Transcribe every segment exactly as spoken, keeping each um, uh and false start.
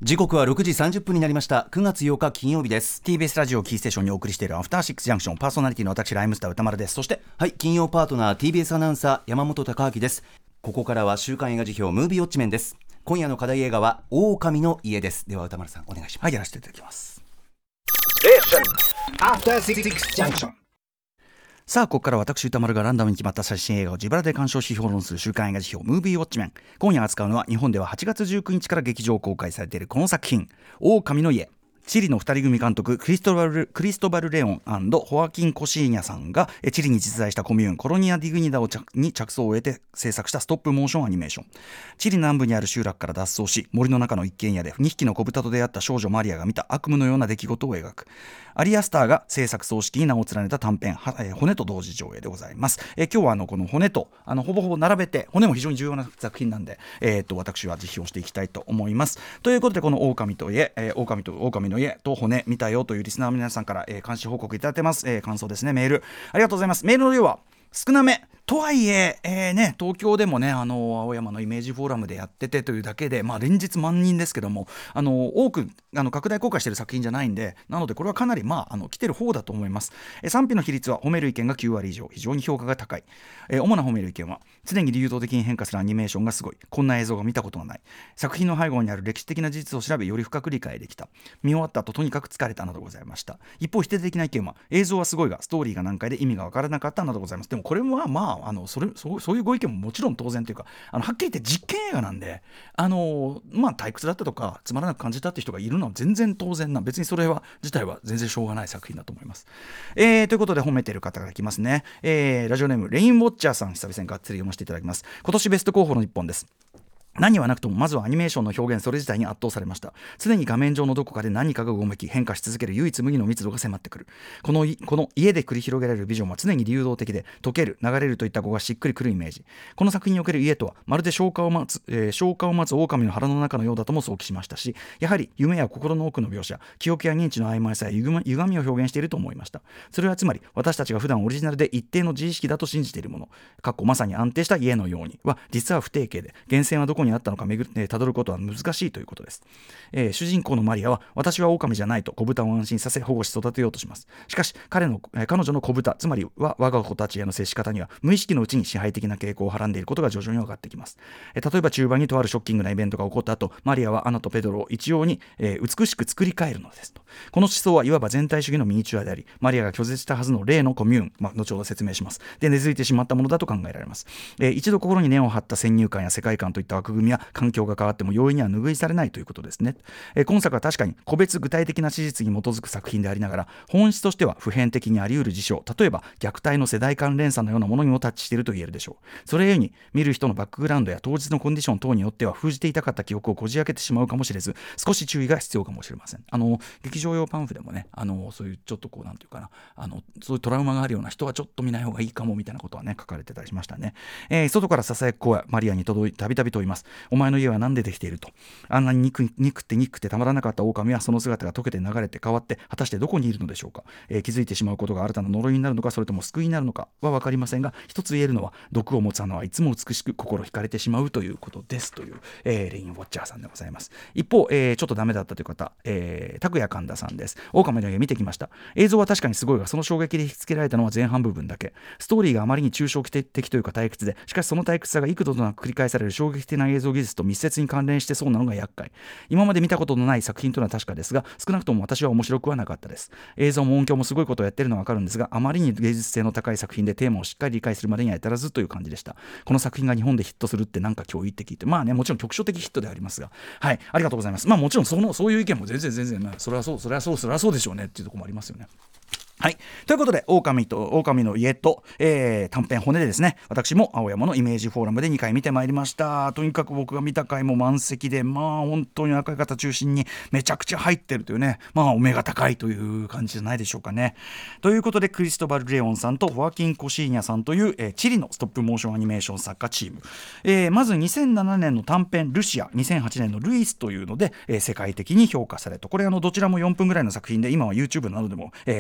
時刻はろくじさんじゅっぷんになりました。くがつようか金曜日です。 ティービーエス ラジオキーステーションにお送りしているアフターシックスジャンクション、パーソナリティの私ライムスター歌丸です。そしてはい、金曜パートナー ティービーエス アナウンサー山本貴明です。ここからは週刊映画辞表ムービーウォッチメンです。今夜の課題映画は狼の家です。では歌丸さんお願いします。 はい、やらせていただきます。 アフターシックスジャンクション。 さあ、ここから私歌丸がランダムに決まった最新映画を自腹で鑑賞し評論する週刊映画辞表ムービーウォッチメン。今夜扱うのは日本でははちがつじゅうくにちから劇場公開されているこの作品、狼の家。チリのふたり組監督クリストバル、クリストバルレオン&ホアキン・コシーニャさんがチリに実在したコミューンコロニア・ディグニダを着に着想を得て制作したストップモーションアニメーション。チリ南部にある集落から脱走し、森の中の一軒家でにひきの子豚と出会った少女マリアが見た悪夢のような出来事を描く。アリアスターが制作総指揮に名を連ねた短編、えー、骨と同時上映でございます。えー、今日はあのこの骨とあのほぼほぼ並べて、骨も非常に重要な作品なんで、えー、と私は実表していきたいと思います。ということで、この狼と家、えー、狼と狼の家と骨見たよというリスナーの皆さんから、えー、監視報告いただいてます。えー、感想ですね、メールありがとうございます。メールの量は少なめとはいええーね、東京でもね、あの青山のイメージフォーラムでやっててというだけで、まあ、連日万人ですけども、あの多くあの拡大公開している作品じゃないんで、なのでこれはかなり、まあ、あの来てる方だと思います。え賛否の比率は褒める意見がきゅうわり以上、非常に評価が高い。え主な褒める意見は、常に流動的に変化するアニメーションがすごい、こんな映像が見たことがない、作品の背後にある歴史的な事実を調べより深く理解できた、見終わった後とにかく疲れたなどございました。一方、否定的な意見は、映像はすごいがストーリーが難解で意味が分からなかったなどございます。でもこれはまあ、あのそれそうそういうご意見ももちろん当然というか、あのはっきり言って実験映画なんで、あのまあ退屈だったとかつまらなく感じたって人がいるのは全然当然な、別にそれは自体は全然しょうがない作品だと思います。えー、ということで褒めている方が来ますね。えー、ラジオネームレインウォッチャーさん、久々にがっつり読ませていただきます。今年ベスト候補の一本です。何はなくともまずはアニメーションの表現それ自体に圧倒されました。常に画面上のどこかで何かがうごめき変化し続ける唯一無二の密度が迫ってくる。このこの家で繰り広げられるビジョンは常に流動的で、溶ける流れるといった語がしっくりくるイメージ。この作品における家とはまるで消化を待つ、えー、消化を待つ狼の腹の中のようだとも想起しましたし、やはり夢や心の奥の描写、記憶や認知の曖昧さや歪みを表現していると思いました。それはつまり私たちが普段オリジナルで一定の自意識だと信じているもの、かっこまさに安定した家のようには実は不定形で、源泉はどこにあったのか巡ってたどることは難しいということです。えー、主人公のマリアは私は狼じゃないと子豚を安心させ保護し育てようとします。しかし彼の、えー、彼女の子豚、つまりは我が子たちへの接し方には無意識のうちに支配的な傾向をはらんでいることが徐々に分かってきます。えー、例えば中盤にとあるショッキングなイベントが起こった後、マリアはアナとペドロを一様に、えー、美しく作り変えるのですと。この思想はいわば全体主義のミニチュアであり、マリアが拒絶したはずの例のコミューン、まあ、後ほど説明します。で根付いてしまったものだと考えられます。えー、一度心に根を張った先入観や世界観といった枠組みや環境が変わっても容易には拭いされないということですね。えー、今作は確かに個別具体的な史実に基づく作品でありながら、本質としては普遍的にあり得る事象、例えば虐待の世代間連鎖のようなものにもタッチしていると言えるでしょう。それゆえに見る人のバックグラウンドや当日のコンディション等によっては封じていたかった記憶をこじ開けてしまうかもしれず、少し注意が必要かもしれません。あの劇場用パンフでもね、あのそういうちょっとこうなんていうかな、あのそういうトラウマがあるような人はちょっと見ない方がいいかもみたいなことはね書かれてたりしましたね。えー、外からささやく声はマリアに届いたびたび問います。お前の家は何でできていると。あんなに憎憎って憎くてたまらなかった狼はその姿が溶けて流れて変わって果たしてどこにいるのでしょうか。えー、気づいてしまうことが新たな呪いになるのか、それとも救いになるのかは分かりませんが、一つ言えるのは毒を持つ穴はいつも美しく心惹かれてしまうということですという、えー、レインウォッチャーさんでございます。一方、えー、ちょっとダメだったという方、えー、拓也神田さんです。狼の家見てきました。映像は確かにすごいが、その衝撃で引きつけられたのは前半部分だけ。ストーリーがあまりに抽象的というか退屈で、しかしその退屈さが幾度となく繰り返される衝撃的な映像技術と密接に関連してそうなのが厄介。今まで見たことのない作品というのは確かですが、少なくとも私は面白くはなかったです。映像も音響もすごいことをやってるのはわかるんですが、あまりに芸術性の高い作品でテーマをしっかり理解するまでには至らずという感じでした。この作品が日本でヒットするってなんか驚異的って、まあね、もちろん局所的ヒットでありますが、はい、ありがとうございます。まあもちろんそのそういう意見も全然全然、まあ、それはそうそれはそうそれはそうでしょうねっていうところもありますよね。はい、ということで狼と狼の家と、えー、短編骨でですね、私も青山のイメージフォーラムでにかい見てまいりました。とにかく僕が見た回も満席で、まあ本当に若い方中心にめちゃくちゃ入ってるというね、まあお目が高いという感じじゃないでしょうかね。ということでクリストバル・レオンさんとホアキン・コシーニャさんという、えー、チリのストップモーションアニメーション作家チーム、えー、まずにせんななねんの短編ルシア、にせんはちねんのルイスというので、えー、世界的に評価された。これあのどちらもよんぷんぐらいの作品で、今は YouTube などでも、えー、簡単に見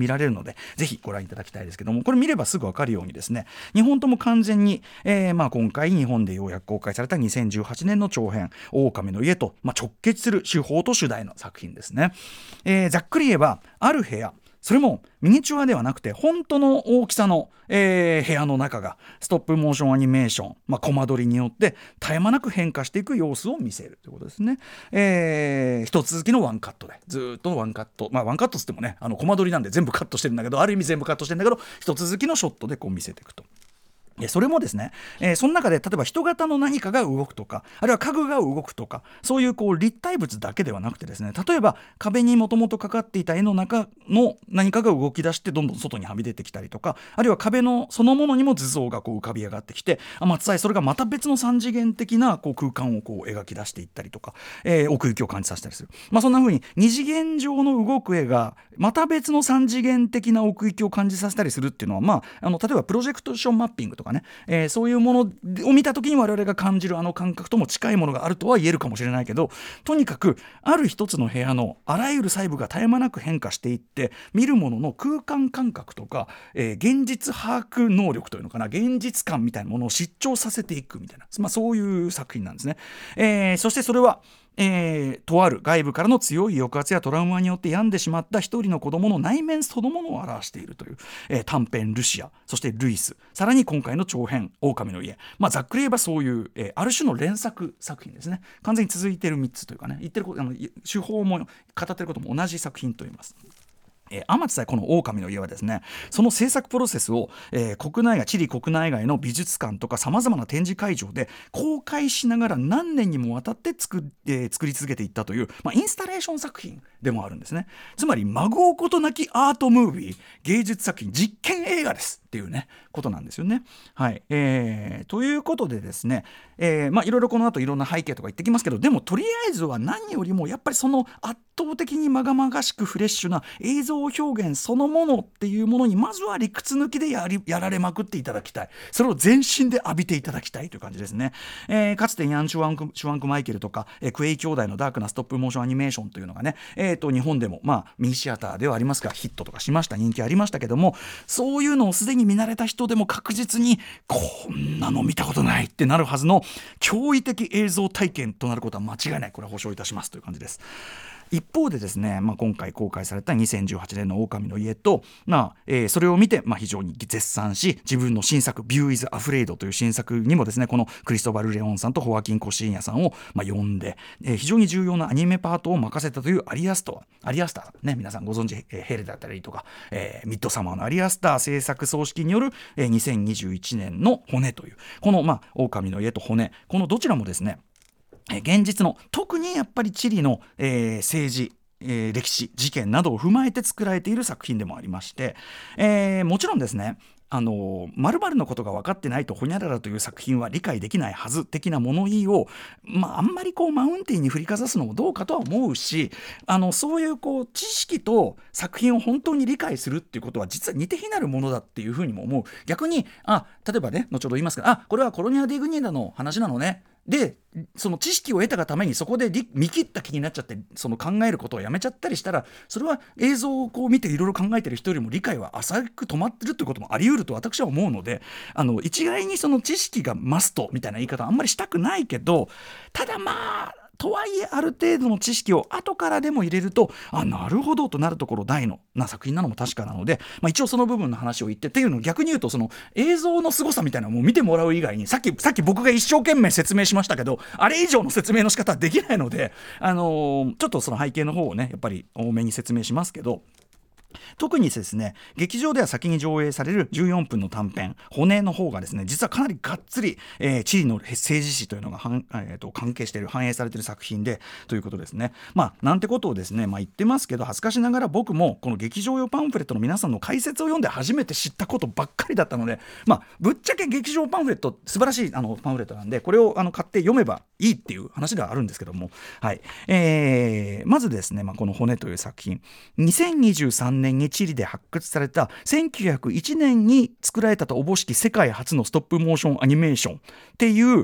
見られるのでぜひご覧いただきたいですけども、これ見ればすぐ分かるようにですね、にほんとも完全に、えーまあ、今回日本でようやく公開されたにせんじゅうはちねんの長編狼の家と、まあ、直結する手法と主題の作品ですね。えー、ざっくり言えばある部屋、それもミニチュアではなくて本当の大きさの、えー部屋の中がストップモーションアニメーション、まあ、コマ撮りによって絶え間なく変化していく様子を見せるということですね。えー、一つ続きのワンカットでずっとワンカット、まあワンカットつってもね、あのコマ撮りなんで全部カットしてるんだけど、ある意味全部カットしてるんだけど一つ続きのショットでこう見せていくと。それもですね、えー、その中で例えば人型の何かが動くとか、あるいは家具が動くとか、そういうこう立体物だけではなくてですね、例えば壁にもともとかかっていた絵の中の何かが動き出してどんどん外にはみ出てきたりとか、あるいは壁のそのものにも図像がこう浮かび上がってきて、あ、まあ、それがまた別の三次元的なこう空間をこう描き出していったりとか、えー、奥行きを感じさせたりする、まあ、そんな風に二次元上の動く絵がまた別の三次元的な奥行きを感じさせたりするっていうのは、まあ、あの例えばプロジェクションマッピングとかね、えー、そういうものを見た時に我々が感じるあの感覚とも近いものがあるとは言えるかもしれないけど、とにかくある一つの部屋のあらゆる細部が絶え間なく変化していって、見るものの空間感覚とか、えー、現実把握能力というのかな、現実感みたいなものを失調させていくみたいな、まあ、そういう作品なんですね。えー、そしてそれはえー、とある外部からの強い抑圧やトラウマによって病んでしまった一人の子供の内面そのものを表しているという、えー、短編ルシア、そしてルイス、さらに今回の長編狼の家、まあ、ざっくり言えばそういう、えー、ある種の連作作品ですね。完全に続いているみっつというかね、言ってること、あの手法も語ってることも同じ作品と言います。えー、天地さえこの狼の家はですね、その制作プロセスを、えー、国内外チリ国内外の美術館とかさまざまな展示会場で公開しながら何年にもわたって作、えー、作り続けていったという、まあ、インスタレーション作品でもあるんですね。つまり孫うことなきアートムービー、芸術作品、実験映画ですっていうねことなんですよね。はい、えー、ということでですね、えー、まあいろいろこの後いろんな背景とか言ってきますけど、でもとりあえずは何よりもやっぱりその圧倒的にまがまがしくフレッシュな映像表現そのものっていうものにまずは理屈抜きでやりやられまくっていただきたい、それを全身で浴びていただきたいという感じですね。えー、かつてヤン・シュワンク・シュワンクマイケルとか、えー、クエイ兄弟のダークなストップモーションアニメーションというのがね、えー、と日本でもまあミニシアターではありますがヒットとかしました、人気ありましたけども、そういうのをすでに見慣れた人でも確実にこんなの見たことないってなるはずの驚異的映像体験となることは間違いない、これは保証いたしますという感じです。一方でですね、まあ、今回公開されたにせんじゅうはちねんの狼の家と、まあえー、それを見て、まあ、非常に絶賛し、自分の新作ビューイズアフレイドという新作にもですね、このクリストバル・レオンさんとホワキン・コシーニャさんを、まあ、呼んで、えー、非常に重要なアニメパートを任せたというアリアストアアリアスター、ね、皆さんご存知、えー、ヘレだったりとか、えー、ミッドサマーのアリアスター制作総指揮による、えー、にせんにじゅういちねんの骨というこの、まあ、狼の家と骨、このどちらもですね、現実の特にやっぱりチリの、えー、政治、えー、歴史事件などを踏まえて作られている作品でもありまして、えー、もちろんですね、あの〇〇のことが分かってないとホニャララという作品は理解できないはず的な物言いを、まあ、あんまりこうマウンテンに振りかざすのもどうかとは思うし、あのそういうこう知識と作品を本当に理解するっていうことは実は似て非なるものだっていうふうにも思う。逆にあ例えばね後ほど言いますが、あこれはコロニア・ディグニーダの話なのね、でその知識を得たがためにそこで見切った気になっちゃってその考えることをやめちゃったりしたら、それは映像をこう見ていろいろ考えてる人よりも理解は浅く止まってるということもあり得ると私は思うので、あの一概にその知識がマストみたいな言い方はあんまりしたくないけど、ただまあとはいえある程度の知識を後からでも入れると、あなるほどとなるところ大のな作品なのも確かなので、まあ、一応その部分の話を言ってっていうのを逆に言うと、その映像の凄さみたいなのをもう見てもらう以外にさっきさっき僕が一生懸命説明しましたけど、あれ以上の説明の仕方はできないので、あのー、ちょっとその背景の方をねやっぱり多めに説明しますけど、特にですね劇場では先に上映されるじゅうよんぷんの短編骨の方がですね、実はかなりがっつり、えー、チリの政治史というのがはん、えー、と関係している反映されている作品でということですね。まあなんてことをですね、まあ、言ってますけど、恥ずかしながら僕もこの劇場用パンフレットの皆さんの解説を読んで初めて知ったことばっかりだったので、まあぶっちゃけ劇場パンフレット素晴らしいあのパンフレットなんで、これをあの買って読めばいいっていう話ではあるんですけども、はいえー、まずですね、まあ、この骨という作品にせんにじゅうさんねんにチリで発掘されたせんきゅうひゃくいちねんに作られたとおぼしき世界初のストップモーションアニメーションっていう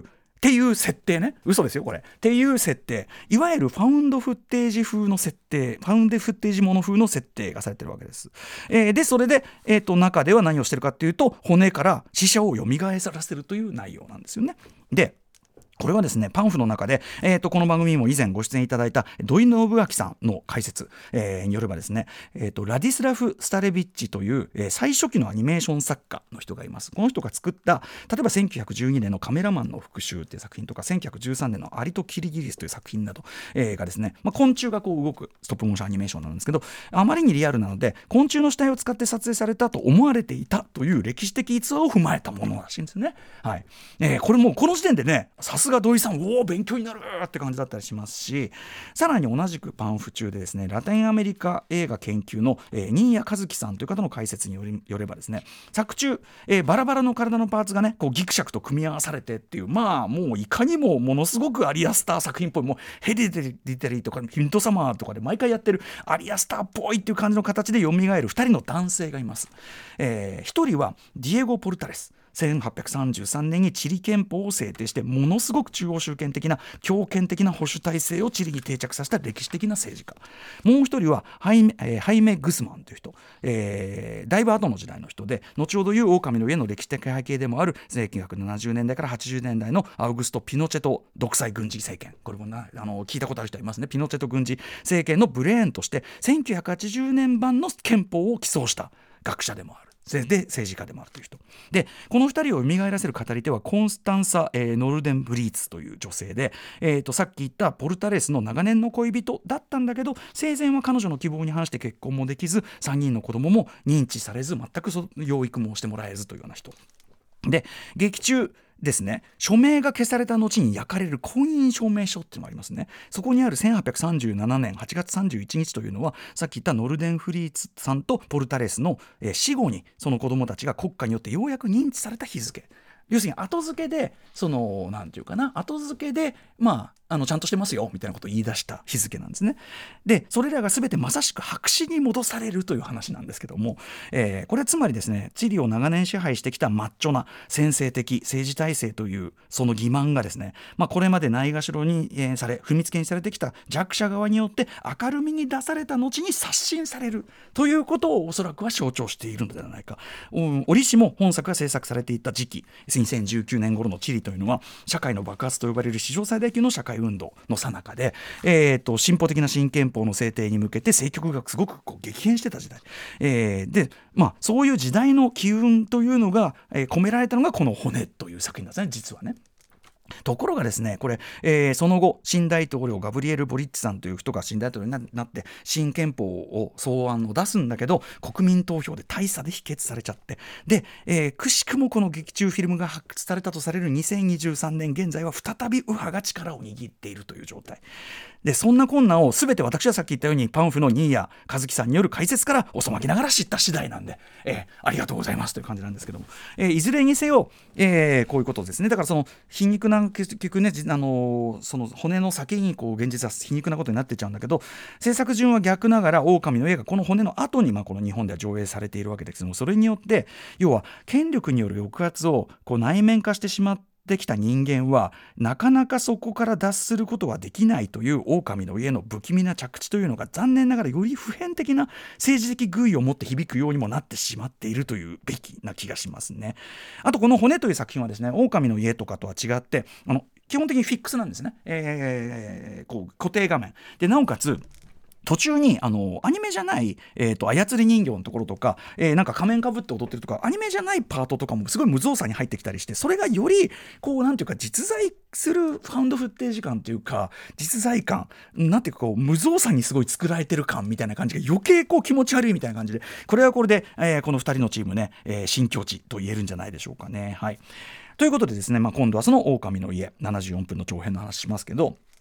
っていう設定ね、嘘ですよこれっていう設定、いわゆるファウンドフッテージ風の設定、ファウンドフッテージもの風の設定がされてるわけです、えー、でそれで、えー、と中では何をしてるかっていうと、骨から死者を蘇らせるという内容なんですよね。でこれはですね、パンフの中で、えー、とこの番組にも以前ご出演いただいた土井信明さんの解説、えー、によればですね、えー、とラディスラフ・スタレビッチという、えー、最初期のアニメーション作家の人がいます。この人が作った例えばせんきゅうひゃくじゅうにねんのカメラマンの復讐という作品とか、せんきゅうひゃくじゅうさんねんのアリとキリギリスという作品など、えー、がですね、まあ、昆虫がこう動くストップモーションアニメーションなんですけど、あまりにリアルなので昆虫の死体を使って撮影されたと思われていたという歴史的逸話を踏まえたものらしいんですね。はい、えー、これもうこの時点でね、さすが土井さん、おお勉強になるって感じだったりしますし、さらに同じくパンフ中でですね、ラテンアメリカ映画研究の、えー、新谷和樹さんという方の解説によりよればですね、作中、えー、バラバラの体のパーツがねこうギクシャクと組み合わされてっていう、まあもういかにもものすごくアリアスター作品っぽい、もうヘディテリーとかミッドサマーとかで毎回やってるアリアスターっぽいっていう感じの形で蘇るふたりの男性がいます。えー、ひとりはディエゴ・ポルタレス、せんはっぴゃくさんじゅうさんねんにチリ憲法を制定してものすごく中央集権的な強権的な保守体制をチリに定着させた歴史的な政治家。もう一人はハイメ、えー、ハイメ・グスマンという人、えー、だいぶ後の時代の人で、後ほど言う狼の家の歴史的背景でもあるせんきゅうひゃくななじゅうねんだいからはちじゅうねんだいのアウグスト・ピノチェト独裁軍事政権、これもなあの聞いたことある人いますね。ピノチェト軍事政権のブレーンとしてせんきゅうひゃくはちじゅうねん版の憲法を起草した学者でもある、で政治家でもあるという人で、このふたりを蘇らせる語り手はコンスタンサ・えー、ノルデンブリーツという女性で、えー、とさっき言ったポルタレスの長年の恋人だったんだけど、生前は彼女の希望に反して結婚もできず、さんにんの子供も認知されず、全くそ養育もしてもらえずというような人で、劇中ですね、署名が消された後に焼かれる婚姻証明書っていうのがありますね。そこにあるせんはっぴゃくさんじゅうななねんはちがつさんじゅういちにちというのは、さっき言ったノルデンフリーツさんとポルタレスの、えー、死後にその子供たちが国家によってようやく認知された日付、要するに後付けで、そのなんていうかな、後付けでまああのちゃんとしてますよみたいなことを言い出した日付なんですね。でそれらが全てまさしく白紙に戻されるという話なんですけども、えー、これはつまりですね、チリを長年支配してきたマッチョな専制的政治体制というその欺瞞がですね、まあ、これまでないがしろに、えー、され踏みつけにされてきた弱者側によって明るみに出された後に刷新されるということをおそらくは象徴しているのではないか。うん、折しも本作が制作されていた時期にせんじゅうきゅうねん頃のチリというのは社会の爆発と呼ばれる史上最大級の社会運動の最中で、えー、と進歩的な新憲法の制定に向けて政局がすごくこう激変してた時代、えー、で、まあ、そういう時代の機運というのが、えー、込められたのがこの骨という作品なんですね、実はね。ところがですね、これ、えー、その後新大統領ガブリエル・ボリッチさんという人が新大統領になって新憲法を草案を出すんだけど、国民投票で大差で否決されちゃって、で、えー、くしくもこの劇中フィルムが発掘されたとされるにせんにじゅうさんねん現在は再び右派が力を握っているという状態で、そんな困難を全て私はさっき言ったようにパンフの新谷和樹さんによる解説から遅まきながら知った次第なんで、えー、ありがとうございますという感じなんですけども、えー、いずれにせよ、えー、こういうことですね。だからその皮肉な結局ね、あのー、その骨の先にこう現実は皮肉なことになってっちゃうんだけど、制作順は逆ながら狼の絵がこの骨の後にまあこの日本では上映されているわけですけども、それによって要は権力による抑圧をこう内面化してしまってできた人間はなかなかそこから脱することはできないという狼の家の不気味な着地というのが残念ながらより普遍的な政治的寓意を持って響くようにもなってしまっているというべきな気がしますね。あとこの骨という作品はですね、狼の家とかとは違ってあの基本的にフィックスなんですね、えー、こう固定画面で、なおかつ途中にあのアニメじゃない、えー、と操り人形のところとか、えー、なんか仮面かぶって踊ってるとかアニメじゃないパートとかもすごい無造作に入ってきたりして、それがよりこうなんていうか実在するファウンドフッテージ感というか実在感なんていうかこう無造作にすごい作られてる感みたいな感じが余計こう気持ち悪いみたいな感じで、これはこれで、えー、このふたりのチームね、えー、新境地と言えるんじゃないでしょうかね。はい、ということでですね、まあ、今度はその狼の家ななじゅうよんぷんの長編の話しますけど、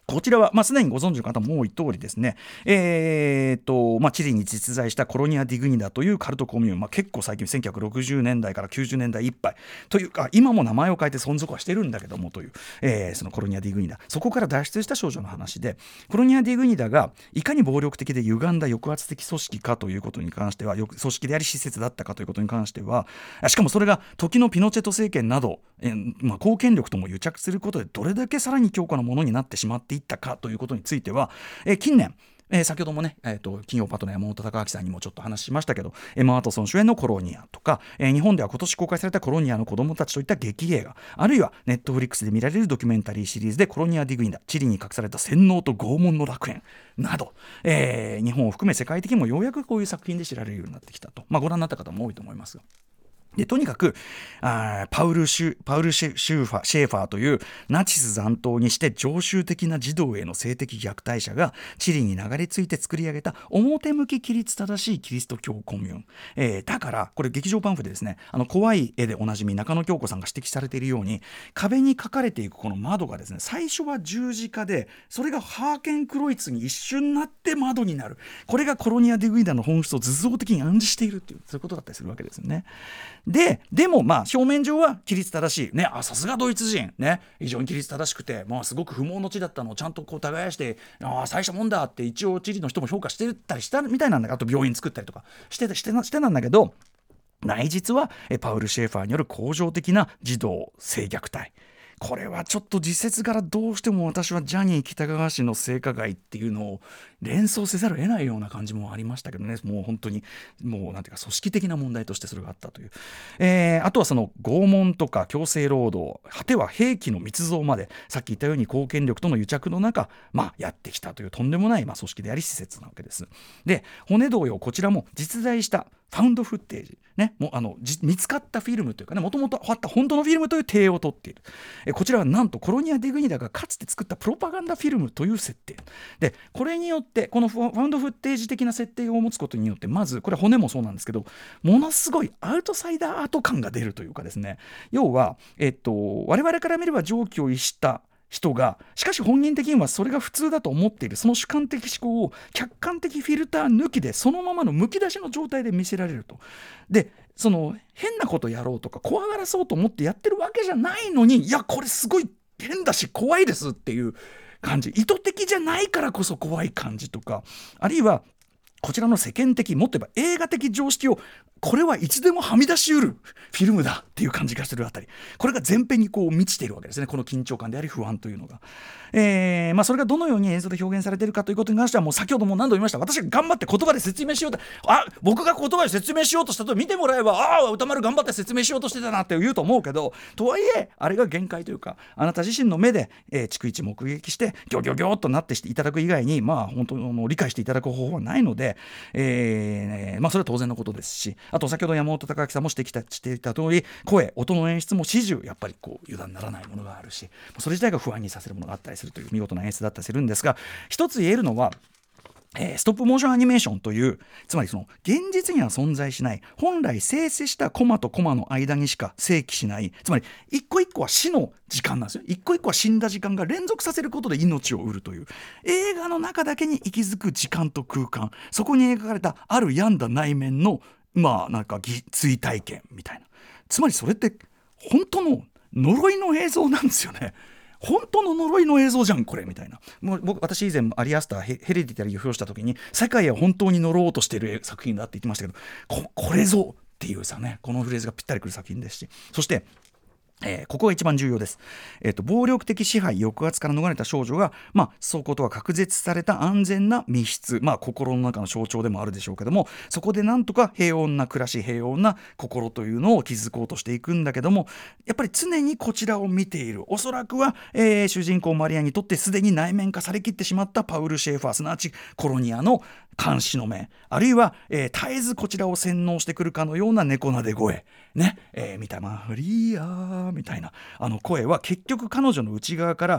こちらは、まあ、すでにご存知の方も多い通りですね、えーとまあ、チリに実在したコロニア・ディグニダというカルトコミューン、まあ、結構最近せんきゅうひゃくろくじゅうねんだいからきゅうじゅうねんだいいっぱいというか、今も名前を変えて存続はしてるんだけどもという、えー、そのコロニア・ディグニダ、そこから脱出した少女の話で、コロニア・ディグニダがいかに暴力的で歪んだ抑圧的組織かということに関しては、組織であり施設だったかということに関しては、しかもそれが時のピノチェト政権など、えーまあ、公権力とも癒着することでどれだけさらに強固なものになってしまっていったかということについては、えー、近年えー、先ほどもね、えーと、金曜パートナー山本隆明さんにもちょっと話しましたけど、エマ・ワトソン主演のコロニアとか、えー、日本では今年公開されたコロニアの子供たちといった劇映画、あるいはネットフリックスで見られるドキュメンタリーシリーズでコロニア・ディグニダ、チリに隠された洗脳と拷問の楽園など、えー、日本を含め世界的にもようやくこういう作品で知られるようになってきたと、まあ、ご覧になった方も多いと思いますが、でとにかくあパウルシュパウルシュシューファシェーファーというナチス残党にして常習的な児童への性的虐待者がチリに流れ着いて作り上げた表向き規律正しいキリスト教コミューン、えー、だからこれ劇場パンフでですね、あの怖い絵でおなじみ中野京子さんが指摘されているように、壁に描かれていくこの窓がですね、最初は十字架で、それがハーケンクロイツに一瞬なって窓になる、これがコロニア・ディグイダの本質を図像的に暗示しているっていう、そういうことだったりするわけですよね。で, でもまあ表面上は規律正しいね、あさすがドイツ人ね、非常に規律正しくて、まあ、すごく不毛の地だったのをちゃんとこう耕して、ああ最初もんだって一応チリの人も評価してたりしたみたいなんだが、あと病院作ったりとかしてしてなしてなんだけど、内実はえパウル・シェーファーによる恒常的な児童性虐待、これはちょっと時節からどうしても私はジャニー喜多川氏の性加害っていうのを連想せざるを得ないような感じもありましたけどね、もう本当にもうなんていうか組織的な問題としてそれがあったという、えー、あとはその拷問とか強制労働、果ては兵器の密造まで、さっき言ったように公権力との癒着の中、まあ、やってきたというとんでもない、まあ、組織であり施設なわけです。で骨同様こちらも実在したファウンドフッテージ、ね、もうあの見つかったフィルムというかね、もともとあった本当のフィルムという体を取っている。えこちらはなんとコロニア・ディグニダがかつて作ったプロパガンダフィルムという設定で、これによってこのファウンドフッテージ的な設定を持つことによって、まずこれ骨もそうなんですけど、ものすごいアウトサイダーアート感が出るというかですね、要は、えっと、我々から見れば常軌を逸した人が、しかし本人的にはそれが普通だと思っている、その主観的思考を客観的フィルター抜きでそのままのむき出しの状態で見せられると。でその変なことやろうとか怖がらそうと思ってやってるわけじゃないのに、いやこれすごい変だし怖いですっていう感じ、意図的じゃないからこそ怖い感じとか、あるいはこちらの世間的、もっと言えば映画的常識をこれはいつでもはみ出しうるフィルムだっていう感じがするあたり、これが前編にこう満ちているわけですね、この緊張感であり不安というのが、えーまあ、それがどのように映像で表現されているかということに関しては、もう先ほども何度も言いました、私が頑張って言葉で説明しようと、あ僕が言葉で説明しようとしたと見てもらえば、ああ歌丸頑張って説明しようとしてたなって言うと思うけど、とはいえあれが限界というか、あなた自身の目で、えー、逐一目撃してギョギョギョっとなってしていただく以外に、まあ本当に理解していただく方法はないので、えーまあ、それは当然のことですし、あと先ほど山本隆明さんも指摘していた通り、声音の演出も始終やっぱりこう油断ならないものがあるし、それ自体が不安にさせるものがあったりするという見事な演出だったりするんですが、一つ言えるのは、えー、ストップモーションアニメーションという、つまりその現実には存在しない、本来静止したコマとコマの間にしか生起しない、つまり一個一個は死の時間なんですよ。一個一個は死んだ時間が連続させることで命を売るという、映画の中だけに息づく時間と空間、そこに描かれたある病んだ内面のまあなんか追体験みたいな、つまりそれって本当の呪いの映像なんですよね。本当の呪いの映像じゃんこれみたいな。もう僕私以前アリアスター ヘ, ヘレディタリーを表した時に、世界は本当に呪おうとしている作品だって言ってましたけど、 こ, これぞっていうさね、このフレーズがぴったりくる作品ですし、そしてえー、ここが一番重要です、えーと、暴力的支配抑圧から逃れた少女が、まあ、そことは隔絶された安全な密室、まあ、心の中の象徴でもあるでしょうけども、そこでなんとか平穏な暮らし、平穏な心というのを築こうとしていくんだけども、やっぱり常にこちらを見ている、おそらくは、えー、主人公マリアにとってすでに内面化されきってしまったパウル・シェーファー、すなわちコロニアの監視の目、あるいは、えー、絶えずこちらを洗脳してくるかのような猫なで声ね、えー、見たマリアみたいなあの声は結局彼女の内側から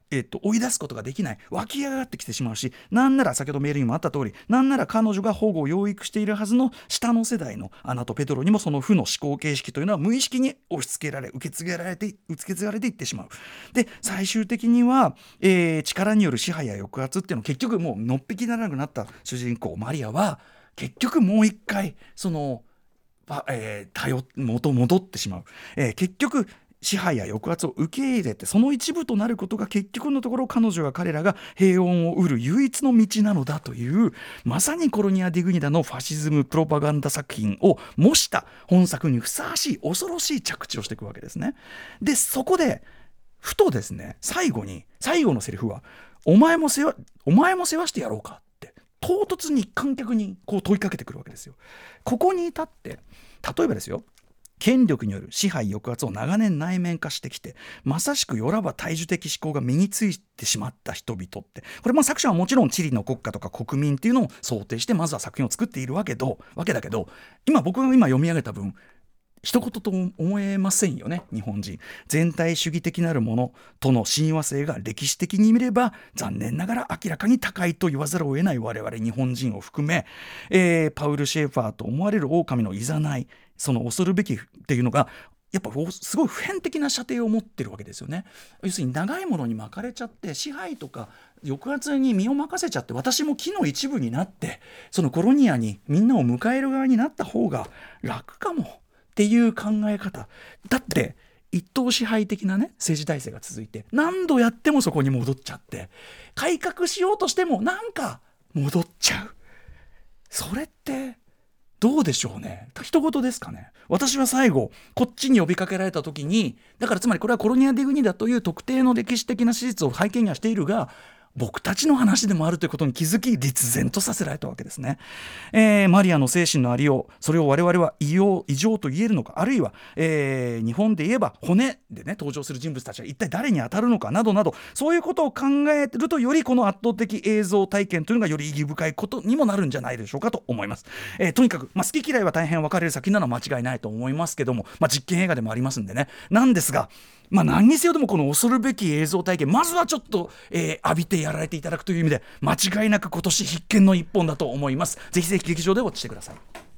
えっと、追い出すことができない、湧き上がってきてしまうし、なんなら先ほどメールにもあった通り、なんなら彼女が保護養育しているはずの下の世代のアナとペドロにもその負の思考形式というのは無意識に押し付けられ受け継げられて受け継がれていってしまう。で最終的には、えー、力による支配や抑圧っていうのを結局もうのっぴきならなくなった主人公マリアは結局もう一回その、えー、頼元戻ってしまう、えー、結局支配や抑圧を受け入れてその一部となることが結局のところ彼女や彼らが平穏を得る唯一の道なのだというまさにコロニア・ディグニダのファシズムプロパガンダ作品を模した本作にふさわしい恐ろしい着地をしていくわけですね。でそこでふとですね最後に最後のセリフはお前も世話お前も世話してやろうかって唐突に観客にこう問いかけてくるわけですよ。ここに至って例えばですよ権力による支配抑圧を長年内面化してきてまさしくよらば対受的思考が身についてしまった人々ってこれも作者はもちろんチリの国家とか国民っていうのを想定してまずは作品を作っているわけどわけだけど今僕が今読み上げた分一言と思えませんよね。日本人全体主義的なるものとの親和性が歴史的に見れば残念ながら明らかに高いと言わざるを得ない我々日本人を含め、えー、パウル・シェーファーと思われる狼のいざないその恐るべきっていうのがやっぱすごい普遍的な射程を持ってるわけですよね。要するに長いものに巻かれちゃって支配とか抑圧に身を任せちゃって私も木の一部になってそのコロニアにみんなを迎える側になった方が楽かもっていう考え方だって一党支配的なね政治体制が続いて何度やってもそこに戻っちゃって改革しようとしてもなんか戻っちゃう。それってどうでしょうね。人事ですかね。私は最後こっちに呼びかけられた時にだからつまりこれはコロニア・ディグニダという特定の歴史的な史実を背景にはしているが僕たちの話でもあるということに気づき立然とさせられたわけですね、えー、マリアの精神のありようそれを我々は異様異常と言えるのかあるいは、えー、日本で言えば骨でね登場する人物たちは一体誰に当たるのかなどなどそういうことを考えるとよりこの圧倒的映像体験というのがより意義深いことにもなるんじゃないでしょうかと思います、えー、とにかく、まあ、好き嫌いは大変分かれる作品なのは間違いないと思いますけども、まあ、実験映画でもありますんでねなんですがまあ、何にせよでもこの恐るべき映像体験まずはちょっと、えー、浴びてやられていただくという意味で間違いなく今年必見の一本だと思います。ぜひぜひ劇場でウォッチしてください。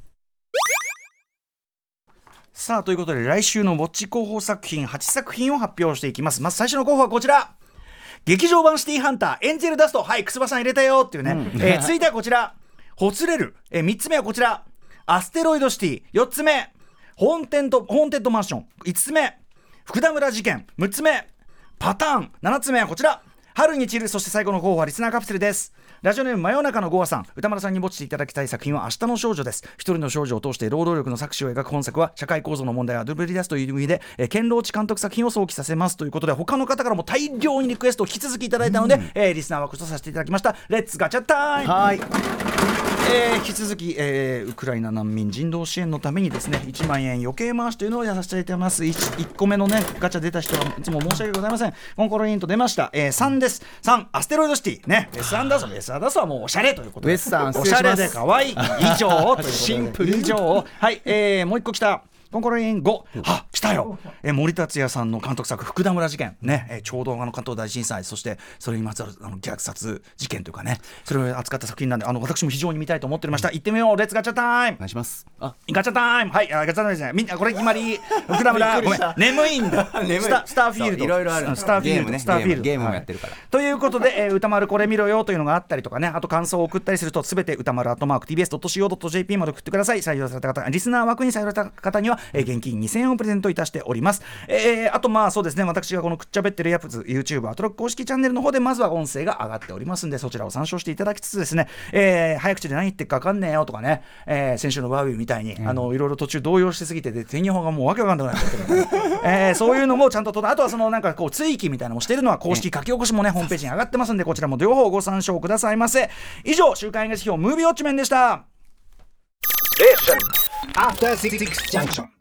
さあということで来週のウォッチ候補作品はちさく品を発表していきます。まず最初の候補はこちら劇場版シティハンターエンジェルダストはいくすばさん入れたよっていうね、うんえー、続いてはこちらほつれる、えー、みっつめはこちらアステロイドシティよっつめホーンテッド、ホーンテッドマンションいつつめ福田村事件むっつめパターンななつめはこちら春に散る。そして最後の候補はリスナーカプセルです。ラジオネーム真夜中のゴアさん歌丸さんに墓地していただきたい作品は明日の少女です。一人の少女を通して労働力の搾取を描く本作は社会構造の問題をアドリブ出すという意味で、えー、堅牢地監督作品を想起させますということで他の方からも大量にリクエストを引き続きいただいたので、うんえー、リスナー枠とさせていただきました。レッツガチャタイムはいえー、引き続き、えー、ウクライナ難民人道支援のためにですねいちまんえん余計回しというのをやらせていただいてます。 1, いっこめのねガチャ出た人はいつも申し訳ございません。コンコロリンと出ました、えー、さんです。さんアステロイドシティねウェス・アンダーソンウェス・アンダーソンはもうおしゃれということでウェスさんおしゃれで可愛い以上ということでシンプル以上はい、えー、もう一個来たコンコロリンごは来たよ、えー、森達也さんの監督作福田村事件ね、えー、ちょうどあの関東大震災そしてそれにまつわるあの虐殺事件というかねそれを扱った作品なんであの私も非常に見たいと思っておりました。行ってみようレッツガチャタイムお願いします。 あガチャタイムはいあガチャタイムですねみんなこれ決まり福田村ごめん眠いんだスタ、スターフィールドいろいろあるスターフィールド、ね、スターフィールドゲームもやってるから、はい、 ということで、えー、歌丸これ見ろよというのがあったりとかねあと感想を送ったりするとすべて歌丸アットマーク ティービーエスドットシーオードットジェーピー まで送ってください。採用された方リスナー枠に採用された方には、えー、現金にせんえんをプレゼントいたしております。えー、あとまあそうですね私がこのくっちゃべってるやつ YouTube アトロック公式チャンネルの方でまずは音声が上がっておりますんでそちらを参照していただきつつですね、えー、早口で何言ってるか分かんねえよとかね、えー、先週のワーウィーみたいに、うん、あのいろいろ途中動揺しすぎてで天日本がもうわけわかんなくなっちゃってるので、えー、そういうのもちゃんととあとはそのなんかこう追記みたいなのもしてるのは公式書き起こしもねホームページに上がってますんでこちらも両方ご参照くださいませ。以上週刊映画指標ムービーウォッチメンでした。 After Six Junction